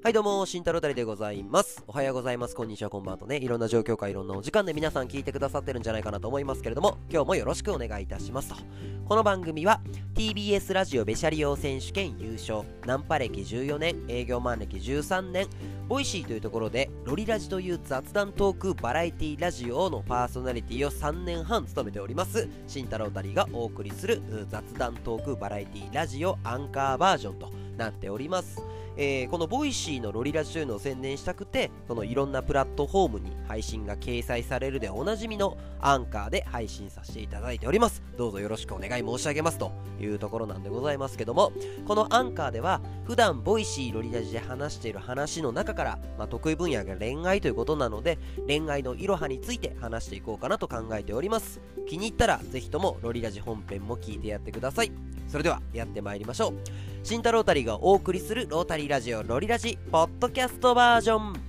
はいどうも、慎太郎たりでございます。おはようございます、こんにちは、こんばんはとね、いろんな状況かいろんなお時間で皆さん聞いてくださってるんじゃないかなと思いますけれども、今日もよろしくお願いいたしますと。この番組は TBS ラジオべしゃり王選手権優勝、ナンパ歴14年、営業マン歴13年、ボイシーというところでロリラジという雑談トークバラエティラジオのパーソナリティを3年半務めております慎太郎たりがお送りする雑談トークバラエティラジオアンカーバージョンとなっております。このボイシーのロリラジというのを宣伝したくて、このいろんなプラットフォームに配信が掲載されるでおなじみのアンカーで配信させていただいております。どうぞよろしくお願い申し上げますというところなんでございますけども、このアンカーでは普段ボイシーロリラジで話している話の中から、得意分野が恋愛ということなので、恋愛のいろはについて話していこうかなと考えております。気に入ったらぜひともロリラジ本編も聞いてやってください。それではやってまいりましょう。慎太郎たりがお送りするロータリーラジオロリラジポッドキャストバージョン。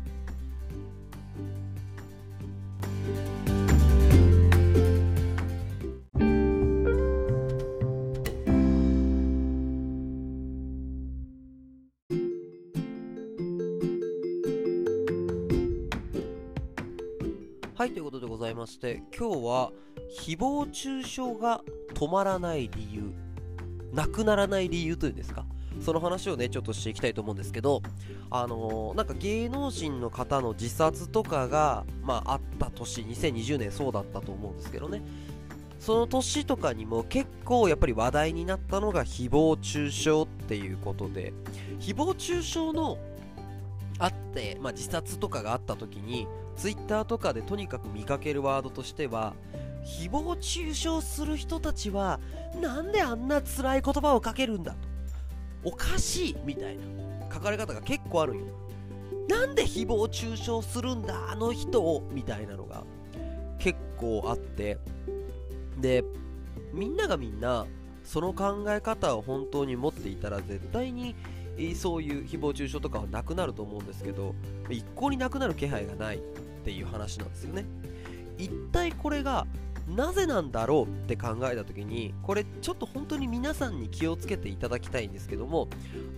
はい、ということでございまして、今日は誹謗中傷が止まらない理由、なくならない理由というんですか、その話をねちょっとしていきたいと思うんですけど、なんか芸能人の方の自殺とかがあった年、2020年そうだったと思うんですけどね、その年とかにも結構やっぱり話題になったのが誹謗中傷っていうことで、誹謗中傷のあって、自殺とかがあった時にツイッターとかでとにかく見かけるワードとしては、誹謗中傷する人たちはなんであんな辛い言葉をかけるんだと、おかしいみたいな書かれ方が結構あるんよ。なんで誹謗中傷するんだあの人をみたいなのが結構あって、でみんながみんなその考え方を本当に持っていたら絶対にそういう誹謗中傷とかはなくなると思うんですけど、一向になくなる気配がないっていう話なんですよね。一体これがなぜなんだろうって考えた時に、これちょっと本当に皆さんに気をつけていただきたいんですけども、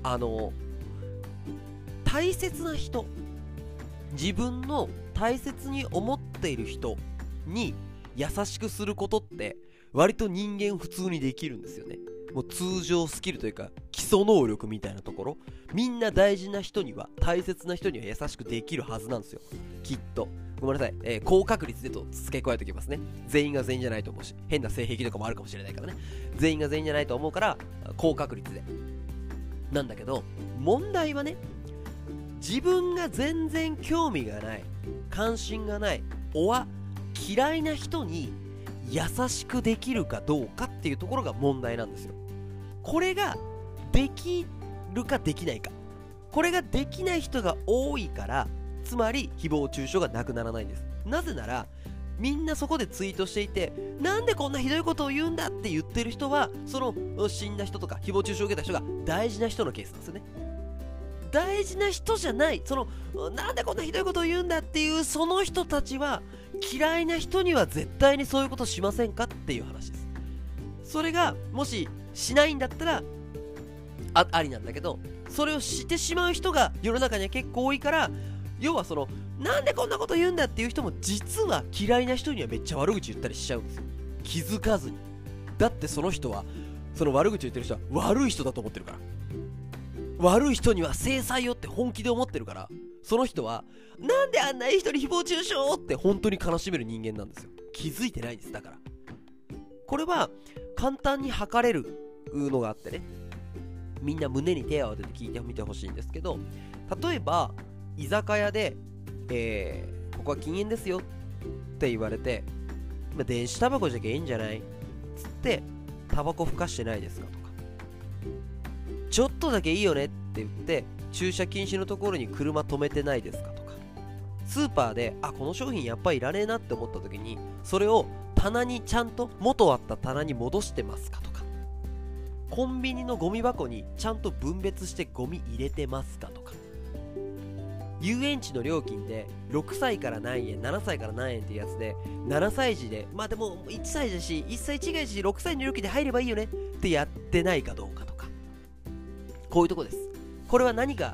大切な人、自分の大切に思っている人に優しくすることって割と人間普通にできるんですよね。もう通常スキルというか基礎能力みたいなところ、みんな大事な人には、大切な人には優しくできるはずなんですよ、きっと。ごめんなさい、高確率でと付け加えておきますね。全員が全員じゃないと思うし、変な性癖とかもあるかもしれないからね。全員が全員じゃないと思うから高確率でなんだけど、問題はね、自分が全然興味がない、関心がない、嫌いな人に優しくできるかどうかっていうところが問題なんですよ。これができるかできないか、これができない人が多いから、つまり誹謗中傷がなくならないんです。なぜならみんなそこでツイートしていて、なんでこんなひどいことを言うんだって言ってる人は、その死んだ人とか誹謗中傷を受けた人が大事な人のケースなんですよね。大事な人じゃない、なんでこんなひどいことを言うんだっていうその人たちは、嫌いな人には絶対にそういうことしませんかっていう話です。それがもししないんだったらありなんだけど、それをしてしまう人が世の中には結構多いから、要はなんでこんなこと言うんだっていう人も実は嫌いな人にはめっちゃ悪口言ったりしちゃうんですよ、気づかずに。だってその人は、その悪口言ってる人は悪い人だと思ってるから、悪い人には制裁よって本気で思ってるから、その人はなんであんないい人に誹謗中傷って本当に悲しめる人間なんですよ。気づいてないんです。だからこれは簡単に測れるのがあってね、みんな胸に手を当てて聞いてみてほしいんですけど、例えば居酒屋で、ここは禁煙ですよって言われて、電子タバコじゃけいいんじゃないつってタバコふかしてないですかとか、ちょっとだけいいよねって言って駐車禁止のところに車止めてないですかとか、スーパーでこの商品やっぱりいらねえなって思った時にそれを棚にちゃんと元あった棚に戻してますかとか、コンビニのゴミ箱にちゃんと分別してゴミ入れてますかとか、遊園地の料金で6歳から何円7歳から何円っていうやつで、7歳児ででも1歳だし1歳違いし6歳の料金で入ればいいよねってやってないかどうかとか、こういうとこです。これは何が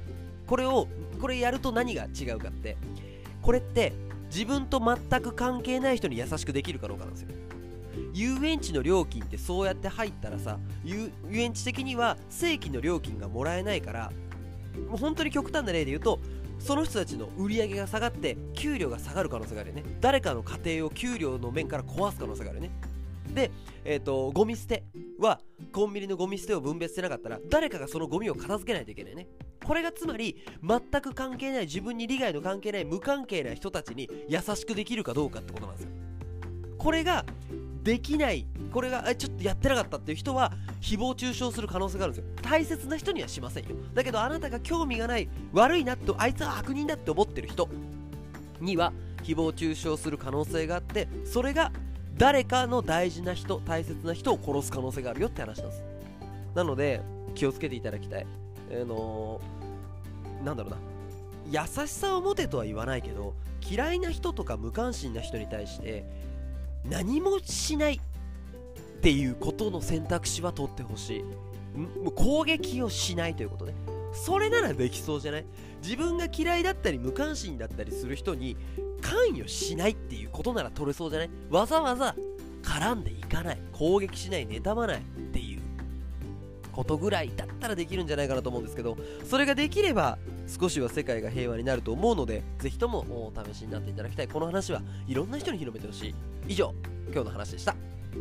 これやると何が違うかって、これって自分と全く関係ない人に優しくできるかどうかなんですよ。遊園地の料金ってそうやって入ったらさ、遊園地的には正規の料金がもらえないから、もう本当に極端な例で言うと、その人たちの売り上げが下がって給料が下がる可能性があるよね。誰かの家庭を給料の面から壊す可能性があるよね。で、ゴミ捨てはコンビニのゴミ捨てを分別してなかったら誰かがそのゴミを片付けないといけないね。これがつまり全く関係ない、自分に利害の関係ない無関係な人たちに優しくできるかどうかってことなんですよ。これができない、これがちょっとやってなかったっていう人は誹謗中傷する可能性があるんですよ。大切な人にはしませんよ。だけどあなたが興味がない、悪いなと、あいつは悪人だって思ってる人には誹謗中傷する可能性があって、それが誰かの大事な人、大切な人を殺す可能性があるよって話なんです。なので気をつけていただきたい。なんだろうな、優しさを持てとは言わないけど、嫌いな人とか無関心な人に対して何もしないっていうことの選択肢は取ってほしい。もう攻撃をしないということね。それならできそうじゃない？自分が嫌いだったり無関心だったりする人に関与しないっていうことなら取れそうじゃない？わざわざ絡んでいかない、攻撃しない、妬まないっていうことぐらいだったらできるんじゃないかなと思うんですけど、それができれば少しは世界が平和になると思うので、ぜひともお試しになっていただきたい。この話はいろんな人に広めてほしい。以上、今日の話でした。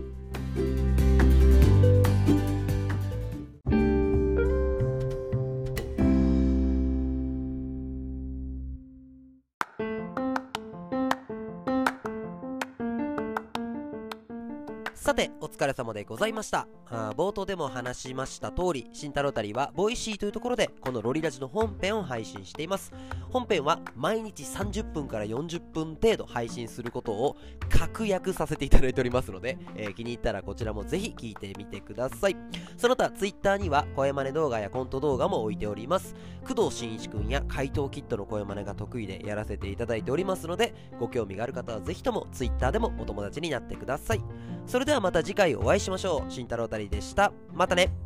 さて、お疲れ様でございました。冒頭でも話しました通り、新太郎たりはボイシーというところでこのロリラジの本編を配信しています。本編は毎日30分から40分程度配信することを確約させていただいておりますので、気に入ったらこちらもぜひ聞いてみてください。その他ツイッターには声真似動画やコント動画も置いております。工藤新一くんや怪盗キッドの声真似が得意でやらせていただいておりますので、ご興味がある方はぜひともツイッターでもお友達になってください。それではまた次回お会いしましょう。新太郎たりでした。またね。